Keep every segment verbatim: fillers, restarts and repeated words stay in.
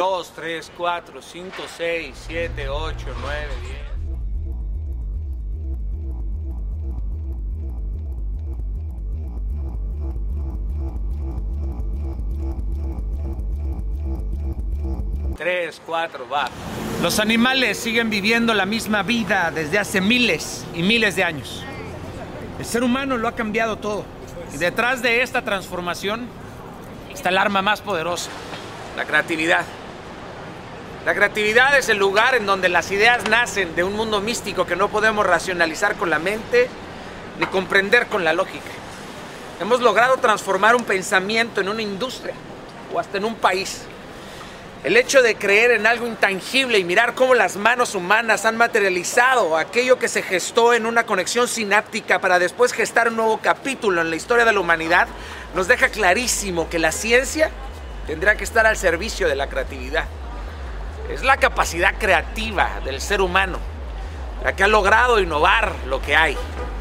dos, tres, cuatro, cinco, seis, siete, ocho, nueve, diez. Tres, cuatro, va. Los animales siguen viviendo la misma vida desde hace miles y miles de años. El ser humano lo ha cambiado todo. Y detrás de esta transformación está el arma más poderosa: la creatividad. La creatividad es el lugar en donde las ideas nacen de un mundo místico que no podemos racionalizar con la mente ni comprender con la lógica. Hemos logrado transformar un pensamiento en una industria o hasta en un país. El hecho de creer en algo intangible y mirar cómo las manos humanas han materializado aquello que se gestó en una conexión sináptica para después gestar un nuevo capítulo en la historia de la humanidad nos deja clarísimo que la ciencia tendrá que estar al servicio de la creatividad. Es la capacidad creativa del ser humano la que ha logrado innovar lo que hay.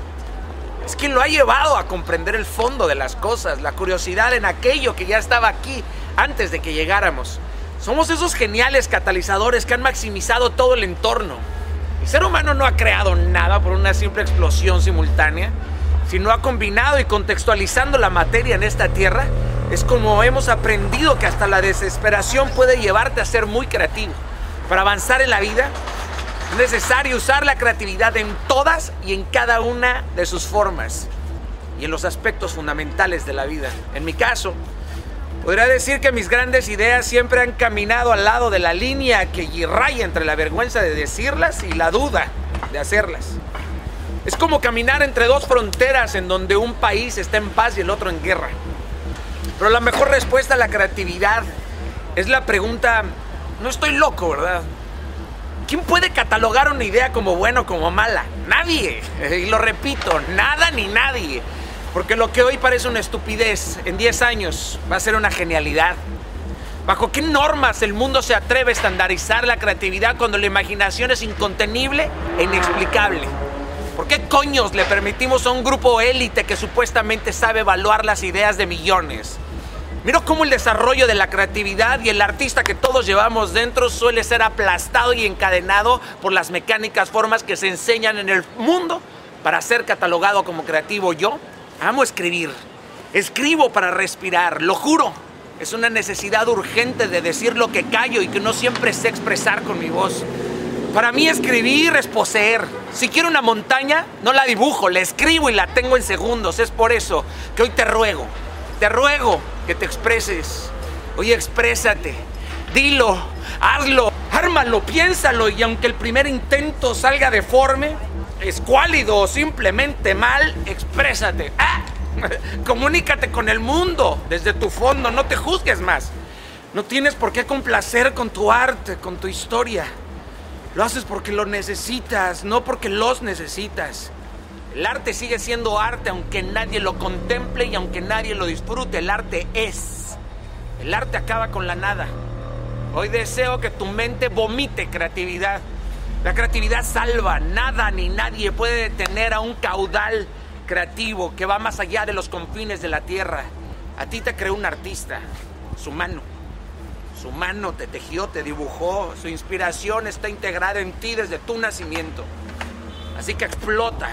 Es quien lo ha llevado a comprender el fondo de las cosas, la curiosidad en aquello que ya estaba aquí antes de que llegáramos. Somos esos geniales catalizadores que han maximizado todo el entorno. El ser humano no ha creado nada por una simple explosión simultánea, sino ha combinado y contextualizando la materia en esta tierra. Es como hemos aprendido que hasta la desesperación puede llevarte a ser muy creativo. Para avanzar en la vida es necesario usar la creatividad en todas y en cada una de sus formas y en los aspectos fundamentales de la vida. En mi caso, podría decir que mis grandes ideas siempre han caminado al lado de la línea que raya entre la vergüenza de decirlas y la duda de hacerlas. Es como caminar entre dos fronteras en donde un país está en paz y el otro en guerra. Pero la mejor respuesta a la creatividad es la pregunta: no estoy loco, ¿verdad? ¿Quién puede catalogar una idea como buena o como mala? Nadie. Y lo repito, nada ni nadie. Porque lo que hoy parece una estupidez, en diez años va a ser una genialidad. ¿Bajo qué normas el mundo se atreve a estandarizar la creatividad cuando la imaginación es incontenible e inexplicable? ¿Por qué coños le permitimos a un grupo élite que supuestamente sabe evaluar las ideas de millones? Miro cómo el desarrollo de la creatividad y el artista que todos llevamos dentro suele ser aplastado y encadenado por las mecánicas formas que se enseñan en el mundo para ser catalogado como creativo. Yo amo escribir. Escribo para respirar, lo juro. Es una necesidad urgente de decir lo que callo y que no siempre sé expresar con mi voz. Para mí escribir es poseer. Si quiero una montaña, no la dibujo, la escribo y la tengo en segundos. Es por eso que hoy te ruego, te ruego que te expreses. Oye, exprésate, dilo, hazlo, ármalo, piénsalo. Y aunque el primer intento salga deforme, escuálido o simplemente mal, exprésate. ¡Ah! Comunícate con el mundo desde tu fondo, no te juzgues más. No tienes por qué complacer con tu arte, con tu historia. Lo haces porque lo necesitas, no porque los necesitas. El arte sigue siendo arte aunque nadie lo contemple y aunque nadie lo disfrute. El arte es. El arte acaba con la nada. Hoy deseo que tu mente vomite creatividad. La creatividad salva. Nada ni nadie puede detener a un caudal creativo que va más allá de los confines de la tierra. A ti te creó un artista, su mano. Su mano te tejió, te dibujó. Su inspiración está integrada en ti desde tu nacimiento. Así que explota,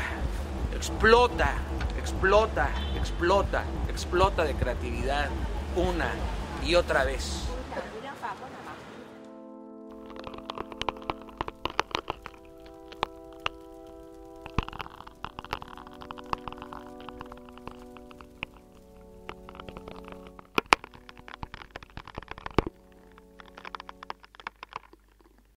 explota, explota, explota, explota de creatividad una y otra vez.